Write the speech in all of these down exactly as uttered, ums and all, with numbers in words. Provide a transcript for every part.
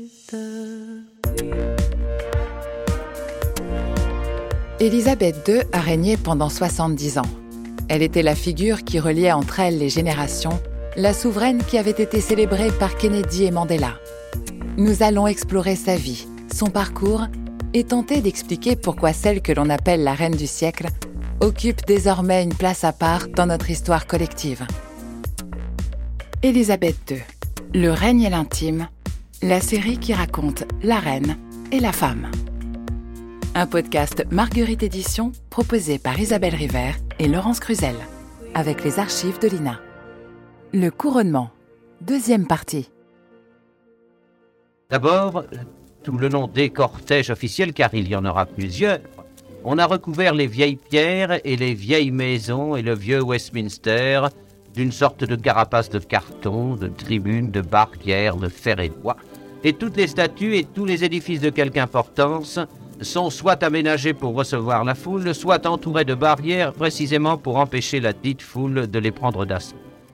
Élisabeth deux a régné pendant soixante-dix ans. Elle était la figure qui reliait entre elles les générations, la souveraine qui avait été célébrée par Kennedy et Mandela. Nous allons explorer sa vie, son parcours et tenter d'expliquer pourquoi celle que l'on appelle la reine du siècle occupe désormais une place à part dans notre histoire collective. Élisabeth deux, le règne et l'intime, la série qui raconte la reine et la femme. Un podcast Marguerite Éditions proposé par Isabelle River et Laurence Cruzel, avec les archives de l'I N A. Le couronnement, deuxième partie. D'abord, tout le long des cortèges officiels, car il y en aura plusieurs, on a recouvert les vieilles pierres et les vieilles maisons et le vieux Westminster d'une sorte de carapace de carton, de tribunes, de barrières, de fer et bois. Et toutes les statues et tous les édifices de quelque importance sont soit aménagés pour recevoir la foule, soit entourés de barrières précisément pour empêcher la dite foule de les prendre d'assaut.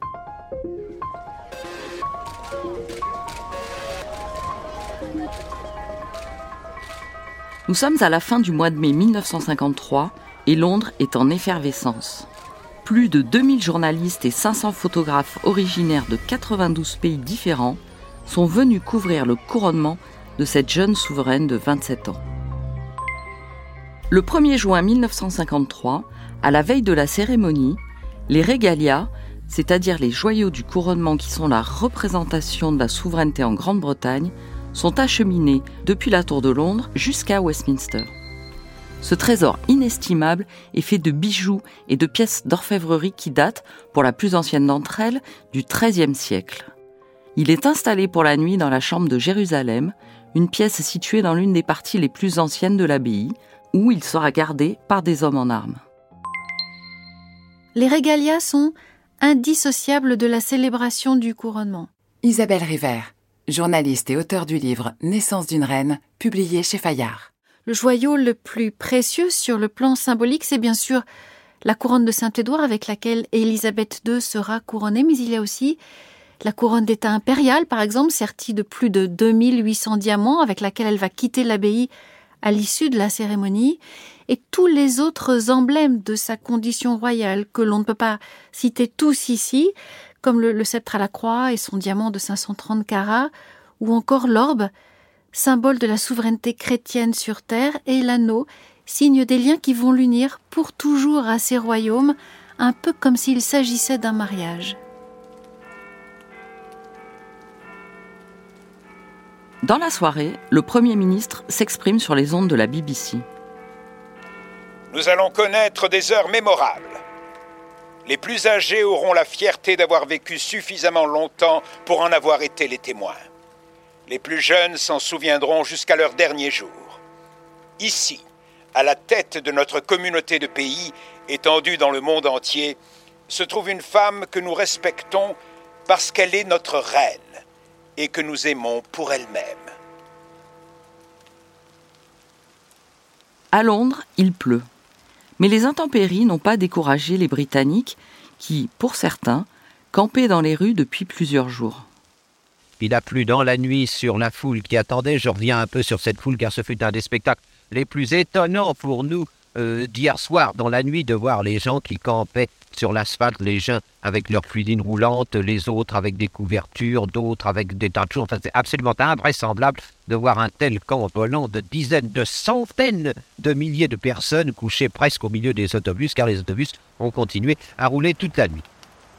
Nous sommes à la fin du mois de mai mille neuf cent cinquante-trois et Londres est en effervescence. Plus de deux mille journalistes et cinq cents photographes originaires de quatre-vingt-douze pays différents sont venus couvrir le couronnement de cette jeune souveraine de vingt-sept ans. Le premier juin mille neuf cent cinquante-trois, à la veille de la cérémonie, les régalias, c'est-à-dire les joyaux du couronnement qui sont la représentation de la souveraineté en Grande-Bretagne, sont acheminés depuis la Tour de Londres jusqu'à Westminster. Ce trésor inestimable est fait de bijoux et de pièces d'orfèvrerie qui datent, pour la plus ancienne d'entre elles, du treizième siècle. Il est installé pour la nuit dans la chambre de Jérusalem, une pièce située dans l'une des parties les plus anciennes de l'abbaye, où il sera gardé par des hommes en armes. Les régalias sont indissociables de la célébration du couronnement. Isabelle River, journaliste et auteure du livre « Naissance d'une reine », publié chez Fayard. Le joyau le plus précieux sur le plan symbolique, c'est bien sûr la couronne de Saint-Édouard avec laquelle Élisabeth deux sera couronnée, mais il y a aussi la couronne d'État impériale, par exemple, sertie de plus de deux mille huit cents diamants, avec laquelle elle va quitter l'abbaye à l'issue de la cérémonie, et tous les autres emblèmes de sa condition royale, que l'on ne peut pas citer tous ici, comme le, le sceptre à la croix et son diamant de cinq cent trente carats, ou encore l'orbe, symbole de la souveraineté chrétienne sur terre, et l'anneau, signe des liens qui vont l'unir pour toujours à ces royaumes, un peu comme s'il s'agissait d'un mariage. Dans la soirée, le Premier ministre s'exprime sur les ondes de la B B C. Nous allons connaître des heures mémorables. Les plus âgés auront la fierté d'avoir vécu suffisamment longtemps pour en avoir été les témoins. Les plus jeunes s'en souviendront jusqu'à leur dernier jour. Ici, à la tête de notre communauté de pays, étendue dans le monde entier, se trouve une femme que nous respectons parce qu'elle est notre reine et que nous aimons pour elle-même. À Londres, il pleut. Mais les intempéries n'ont pas découragé les Britanniques qui, pour certains, campaient dans les rues depuis plusieurs jours. Il a plu dans la nuit sur la foule qui attendait. Je reviens un peu sur cette foule car ce fut un des spectacles les plus étonnants pour nous euh, d'hier soir dans la nuit, de voir les gens qui campaient sur l'asphalte, les gens avec leurs cuisines roulantes, les autres avec des couvertures, d'autres avec des tas de choses. Enfin, c'est absolument invraisemblable de voir un tel camp volant de dizaines, de centaines de milliers de personnes couchées presque au milieu des autobus, car les autobus ont continué à rouler toute la nuit.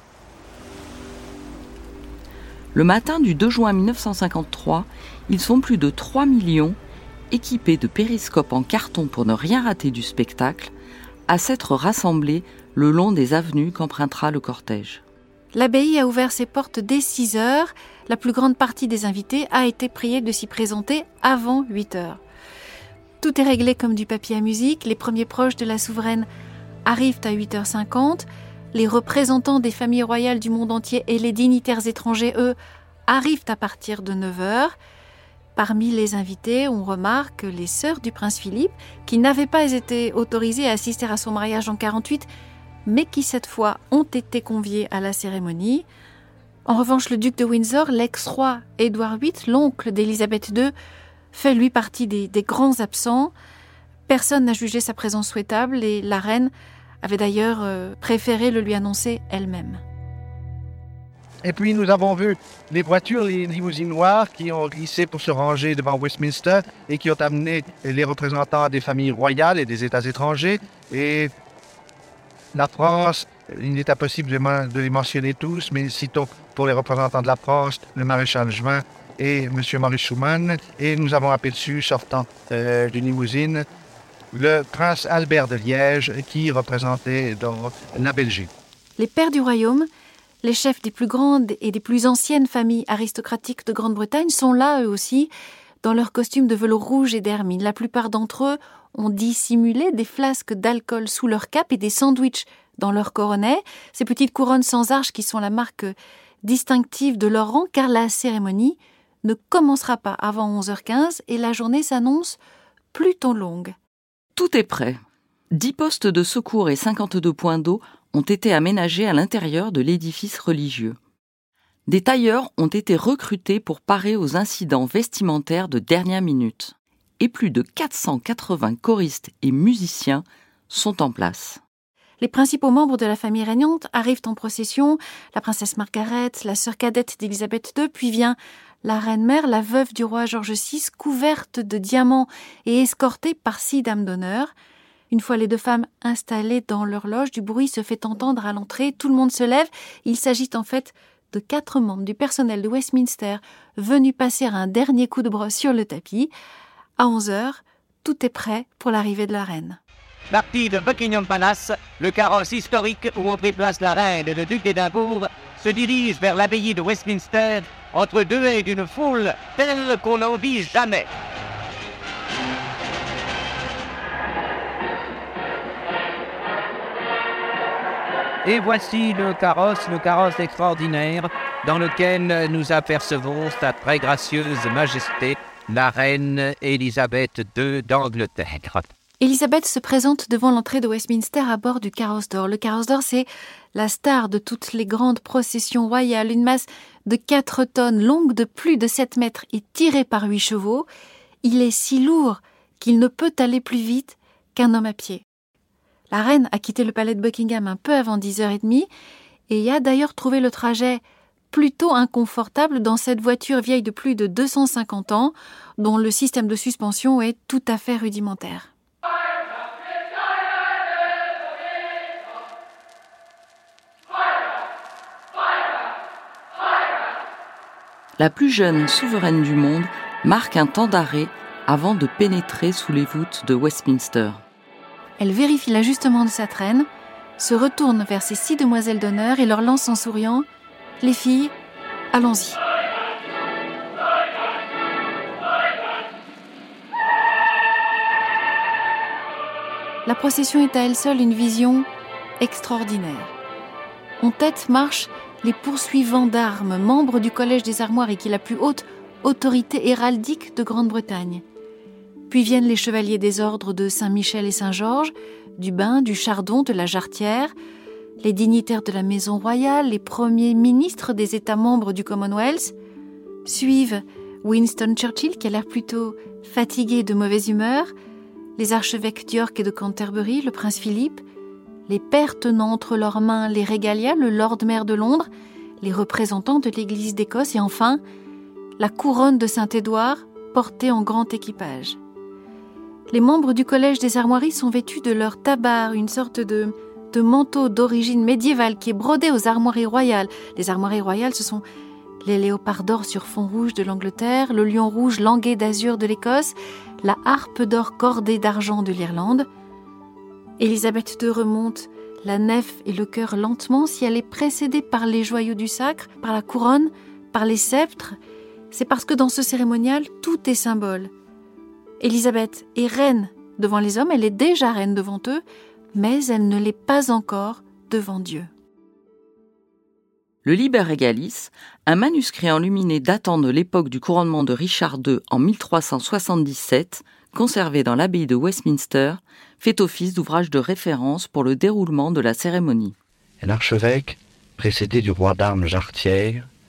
Le matin du deux juin mille neuf cent cinquante-trois, ils sont plus de trois millions, équipés de périscopes en carton pour ne rien rater du spectacle, à s'être rassemblés le long des avenues qu'empruntera le cortège. L'abbaye a ouvert ses portes dès six heures. La plus grande partie des invités a été priée de s'y présenter avant huit heures. Tout est réglé comme du papier à musique. Les premiers proches de la souveraine arrivent à huit heures cinquante. Les représentants des familles royales du monde entier et les dignitaires étrangers, eux, arrivent à partir de neuf heures. Parmi les invités, on remarque les sœurs du prince Philippe, qui n'avaient pas été autorisées à assister à son mariage en quarante-huit, mais qui cette fois ont été conviées à la cérémonie. En revanche, le duc de Windsor, l'ex-roi Édouard huit, l'oncle d'Élisabeth deux, fait lui partie des, des grands absents. Personne n'a jugé sa présence souhaitable et la reine avait d'ailleurs euh, préféré le lui annoncer elle-même. Et puis nous avons vu les voitures, les limousines noires qui ont glissé pour se ranger devant Westminster et qui ont amené les représentants des familles royales et des États étrangers. Et la France, il n'est impossible de les mentionner tous, mais citons pour les représentants de la France, le maréchal Juin et M. Maurice Schumann. Et nous avons aperçu, sortant euh, d'une limousine, le prince Albert de Liège qui représentait dans la Belgique. Les pères du royaume, les chefs des plus grandes et des plus anciennes familles aristocratiques de Grande-Bretagne sont là, eux aussi, dans leurs costumes de velours rouge et d'hermine. La plupart d'entre eux ont dissimulé des flasques d'alcool sous leur cape et des sandwichs dans leur coronnet, ces petites couronnes sans arches qui sont la marque distinctive de leur rang, car la cérémonie ne commencera pas avant onze heures quinze et la journée s'annonce plutôt longue. Tout est prêt. Dix postes de secours et cinquante-deux points d'eau ont été aménagés à l'intérieur de l'édifice religieux. Des tailleurs ont été recrutés pour parer aux incidents vestimentaires de dernière minute. Et plus de quatre cent quatre-vingts choristes et musiciens sont en place. Les principaux membres de la famille régnante arrivent en procession, la princesse Margaret, la sœur cadette d'Élisabeth deux, puis vient la reine-mère, la veuve du roi George six, couverte de diamants et escortée par six dames d'honneur. Une fois les deux femmes installées dans leur loge, du bruit se fait entendre à l'entrée, tout le monde se lève. Il s'agit en fait de quatre membres du personnel de Westminster venus passer un dernier coup de brosse sur le tapis. À onze heures, tout est prêt pour l'arrivée de la reine. Parti de Buckingham Palace, le carrosse historique où ont pris place la reine et le duc d'Édimbourg se dirige vers l'abbaye de Westminster entre deux haies d'une foule telle qu'on n'en vit jamais. Et voici le carrosse, le carrosse extraordinaire, dans lequel nous apercevons sa très gracieuse majesté, la reine Élisabeth deux d'Angleterre. Élisabeth se présente devant l'entrée de Westminster à bord du carrosse d'or. Le carrosse d'or, c'est la star de toutes les grandes processions royales, une masse de quatre tonnes, longue de plus de sept mètres et tirée par huit chevaux. Il est si lourd qu'il ne peut aller plus vite qu'un homme à pied. La reine a quitté le palais de Buckingham un peu avant dix heures trente et a d'ailleurs trouvé le trajet plutôt inconfortable dans cette voiture vieille de plus de deux cent cinquante ans, dont le système de suspension est tout à fait rudimentaire. La plus jeune souveraine du monde marque un temps d'arrêt avant de pénétrer sous les voûtes de Westminster. Elle vérifie l'ajustement de sa traîne, se retourne vers ses six demoiselles d'honneur et leur lance en souriant « Les filles, allons-y ». La procession est à elle seule une vision extraordinaire. En tête marchent les poursuivants d'armes, membres du Collège des Armoiries, qui est la plus haute autorité héraldique de Grande-Bretagne. Puis viennent les chevaliers des ordres de Saint-Michel et Saint-Georges, du Bain, du Chardon, de la Jarretière, les dignitaires de la Maison royale, les premiers ministres des États membres du Commonwealth. Suivent Winston Churchill, qui a l'air plutôt fatigué et de mauvaise humeur, les archevêques d'York et de Canterbury, le prince Philippe, les pairs tenant entre leurs mains les régalias, le Lord Maire de Londres, les représentants de l'Église d'Écosse et enfin la couronne de Saint-Édouard portée en grand équipage. Les membres du Collège des Armoiries sont vêtus de leur tabard, une sorte de, de manteau d'origine médiévale qui est brodé aux armoiries royales. Les armoiries royales, ce sont les léopards d'or sur fond rouge de l'Angleterre, le lion rouge langué d'azur de l'Écosse, la harpe d'or cordée d'argent de l'Irlande. Élisabeth deux remonte la nef et le chœur lentement. Si elle est précédée par les joyaux du sacre, par la couronne, par les sceptres, c'est parce que dans ce cérémonial, tout est symbole. Élisabeth est reine devant les hommes, elle est déjà reine devant eux, mais elle ne l'est pas encore devant Dieu. Le Liber Regalis, un manuscrit enluminé datant de l'époque du couronnement de Richard deux en mille trois cent soixante-dix-sept, conservé dans l'abbaye de Westminster, fait office d'ouvrage de référence pour le déroulement de la cérémonie. L'archevêque, précédé du roi d'armes Jarretière,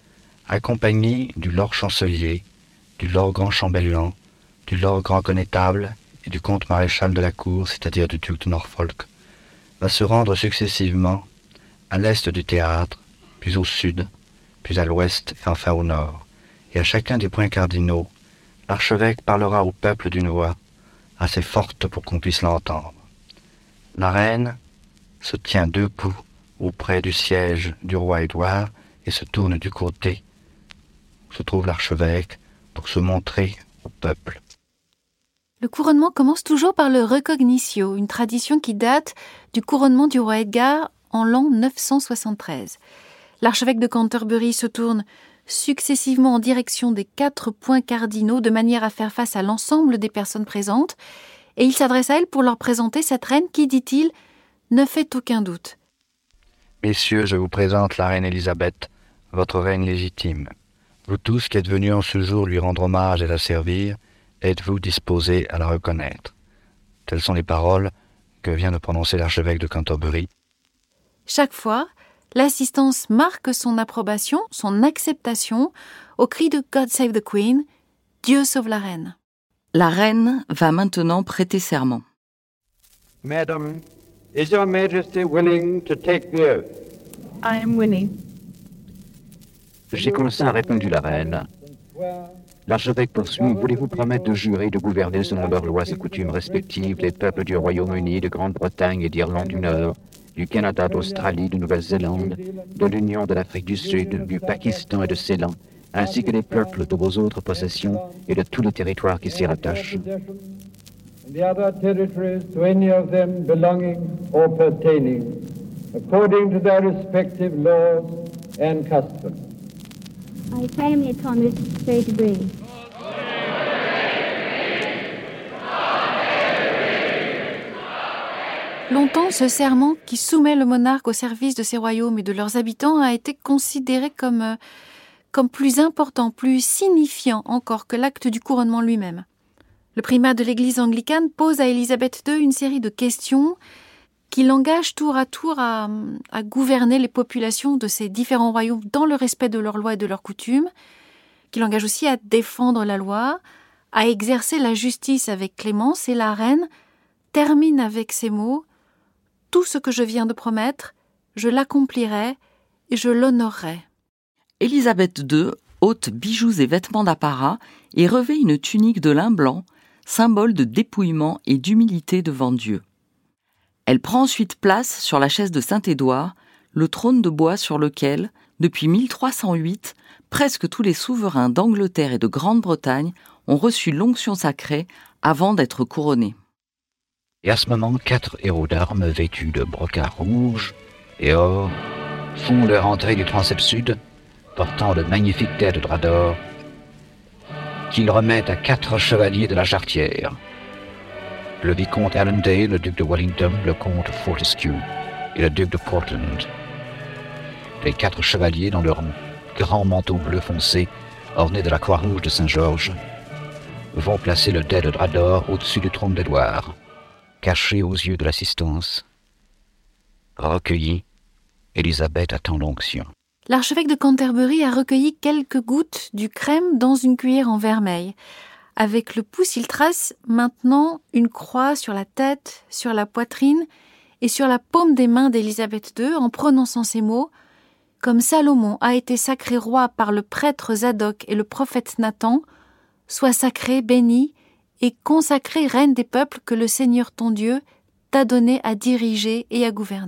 accompagné du lord chancelier, du lord grand chambellan, du lord grand connétable et du comte maréchal de la cour, c'est-à-dire du duc de Norfolk, va se rendre successivement à l'est du théâtre, puis au sud, puis à l'ouest et enfin au nord. Et à chacun des points cardinaux, l'archevêque parlera au peuple d'une voix assez forte pour qu'on puisse l'entendre. La reine se tient debout auprès du siège du roi Édouard et se tourne du côté où se trouve l'archevêque pour se montrer au peuple. Le couronnement commence toujours par le recognitio, une tradition qui date du couronnement du roi Edgar en l'an neuf cent soixante-treize. L'archevêque de Canterbury se tourne successivement en direction des quatre points cardinaux de manière à faire face à l'ensemble des personnes présentes, et il s'adresse à elles pour leur présenter cette reine qui, dit-il, ne fait aucun doute. Messieurs, je vous présente la reine Élisabeth, votre reine légitime. Vous tous qui êtes venus en ce jour lui rendre hommage et la servir, êtes-vous disposés à la reconnaître? Telles sont les paroles que vient de prononcer l'archevêque de Canterbury. Chaque fois, l'assistance marque son approbation, son acceptation, au cri de « God save the Queen », « Dieu sauve la reine ». La reine va maintenant prêter serment. Madam, is your Majesty willing to take the oath? I am willing. J'ai consent, répondit la reine. L'archevêque poursuit, voulez-vous promettre de jurer de gouverner selon leurs lois et coutumes respectives les peuples du Royaume-Uni, de Grande-Bretagne et d'Irlande du Nord, du Canada, d'Australie, de Nouvelle-Zélande, de l'Union de l'Afrique du Sud, du Pakistan et de Ceylan, ainsi que les peuples de vos autres possessions et de tous les territoires qui s'y rattachent. The other territories to any of them belonging or pertaining, according to their respective laws and customs. I solemnly promise so to bring. Longtemps, ce serment qui soumet le monarque au service de ses royaumes et de leurs habitants a été considéré comme, euh, comme plus important, plus signifiant encore que l'acte du couronnement lui-même. Le primat de l'Église anglicane pose à Élisabeth deux une série de questions qui l'engagent tour à tour à, à gouverner les populations de ces différents royaumes dans le respect de leurs lois et de leurs coutumes, qui l'engagent aussi à défendre la loi, à exercer la justice avec clémence, et la reine termine avec ces mots: « Tout ce que je viens de promettre, je l'accomplirai et je l'honorerai. » Élisabeth deux ôte bijoux et vêtements d'apparat et revêt une tunique de lin blanc, symbole de dépouillement et d'humilité devant Dieu. Elle prend ensuite place sur la chaise de Saint-Édouard, le trône de bois sur lequel, depuis mille trois cent huit, presque tous les souverains d'Angleterre et de Grande-Bretagne ont reçu l'onction sacrée avant d'être couronnés. Et à ce moment, quatre héros d'armes vêtus de brocart rouge et or font leur entrée du transept sud, portant de magnifiques têtes de drap d'or, qu'ils remettent à quatre chevaliers de la Charretière. Le vicomte Allendale, le duc de Wellington, le comte Fortescue et le duc de Portland. Les quatre chevaliers, dans leur grand manteau bleu foncé, orné de la croix rouge de Saint-Georges, vont placer le dais de drap d'or au-dessus du trône d'Édouard, caché aux yeux de l'assistance. Recueillie, Élisabeth attend l'onction. L'archevêque de Canterbury a recueilli quelques gouttes du crème dans une cuillère en vermeil. Avec le pouce, il trace maintenant une croix sur la tête, sur la poitrine et sur la paume des mains d'Élisabeth deux en prononçant ces mots: « Comme Salomon a été sacré roi par le prêtre Zadok et le prophète Nathan, sois sacré, béni et consacré reine des peuples que le Seigneur ton Dieu t'a donné à diriger et à gouverner. »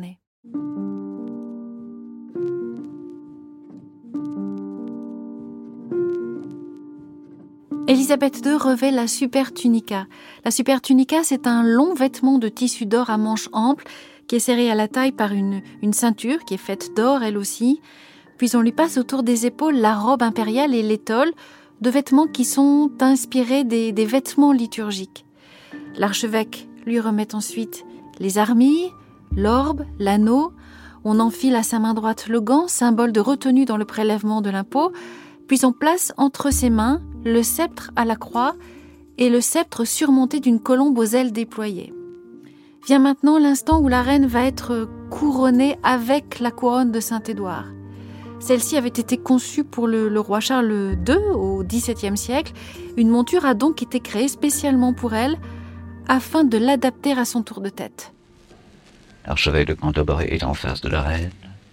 Élisabeth deux revêt la supertunica. La supertunica, c'est un long vêtement de tissu d'or à manches amples qui est serré à la taille par une, une ceinture qui est faite d'or elle aussi. Puis on lui passe autour des épaules la robe impériale et l'étole, de vêtements qui sont inspirés des, des vêtements liturgiques. L'archevêque lui remet ensuite les armilles, l'orbe, l'anneau. On enfile à sa main droite le gant, symbole de retenue dans le prélèvement de l'impôt. Puis on place entre ses mains le sceptre à la croix et le sceptre surmonté d'une colombe aux ailes déployées. Vient maintenant l'instant où la reine va être couronnée avec la couronne de Saint-Édouard. Celle-ci avait été conçue pour le, le roi Charles deux au dix-septième siècle. Une monture a donc été créée spécialement pour elle afin de l'adapter à son tour de tête. L'archevêque de Canterbury est en face de la reine.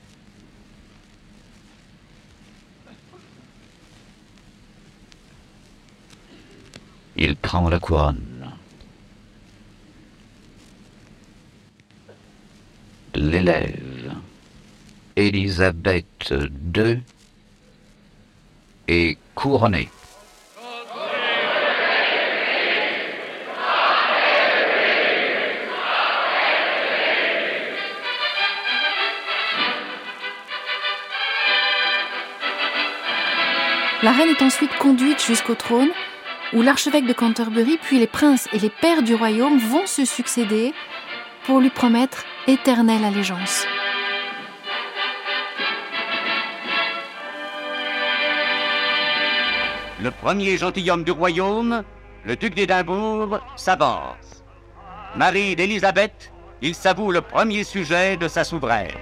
Il prend la couronne. L'élève. Élisabeth deux est couronnée. La reine est ensuite conduite jusqu'au trône, où l'archevêque de Canterbury, puis les princes et les pairs du royaume vont se succéder pour lui promettre éternelle allégeance. Le premier gentilhomme du royaume, le duc d'Édimbourg, s'avance. Marie d'Élisabeth, il s'avoue le premier sujet de sa souveraine.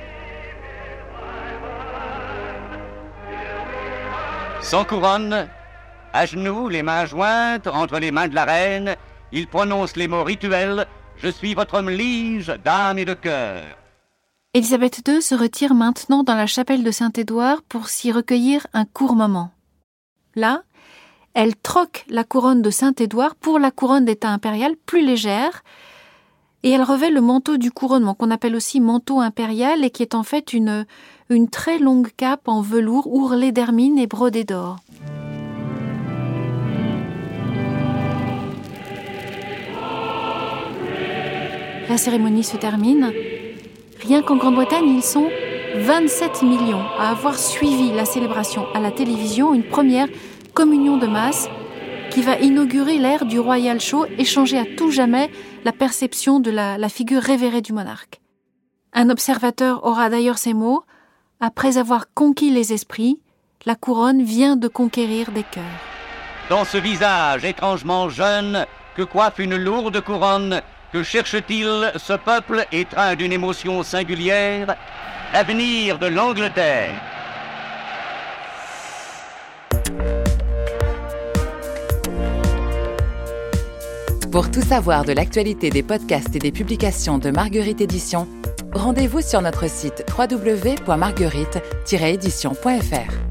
Sans couronne, à genoux, les mains jointes entre les mains de la reine, il prononce les mots rituels « Je suis votre homme lige, d'âme et de cœur ». Élisabeth deux se retire maintenant dans la chapelle de Saint-Édouard pour s'y recueillir un court moment. Là, elle troque la couronne de Saint-Édouard pour la couronne d'État impérial plus légère et elle revêt le manteau du couronnement qu'on appelle aussi manteau impérial et qui est en fait une, une très longue cape en velours ourlée d'hermine et brodée d'or. La cérémonie se termine. Rien qu'en Grande-Bretagne, ils sont vingt-sept millions à avoir suivi la célébration à la télévision, une première communion de masse qui va inaugurer l'ère du Royal Show et changer à tout jamais la perception de la, la figure révérée du monarque. Un observateur aura d'ailleurs ces mots « Après avoir conquis les esprits, la couronne vient de conquérir des cœurs. » Dans ce visage étrangement jeune que coiffe une lourde couronne, que cherche-t-il ce peuple étreint d'une émotion singulière? L'avenir de l'Angleterre. Pour tout savoir de l'actualité des podcasts et des publications de Marguerite Éditions, rendez-vous sur notre site w w w point marguerite tiret éditions point f r.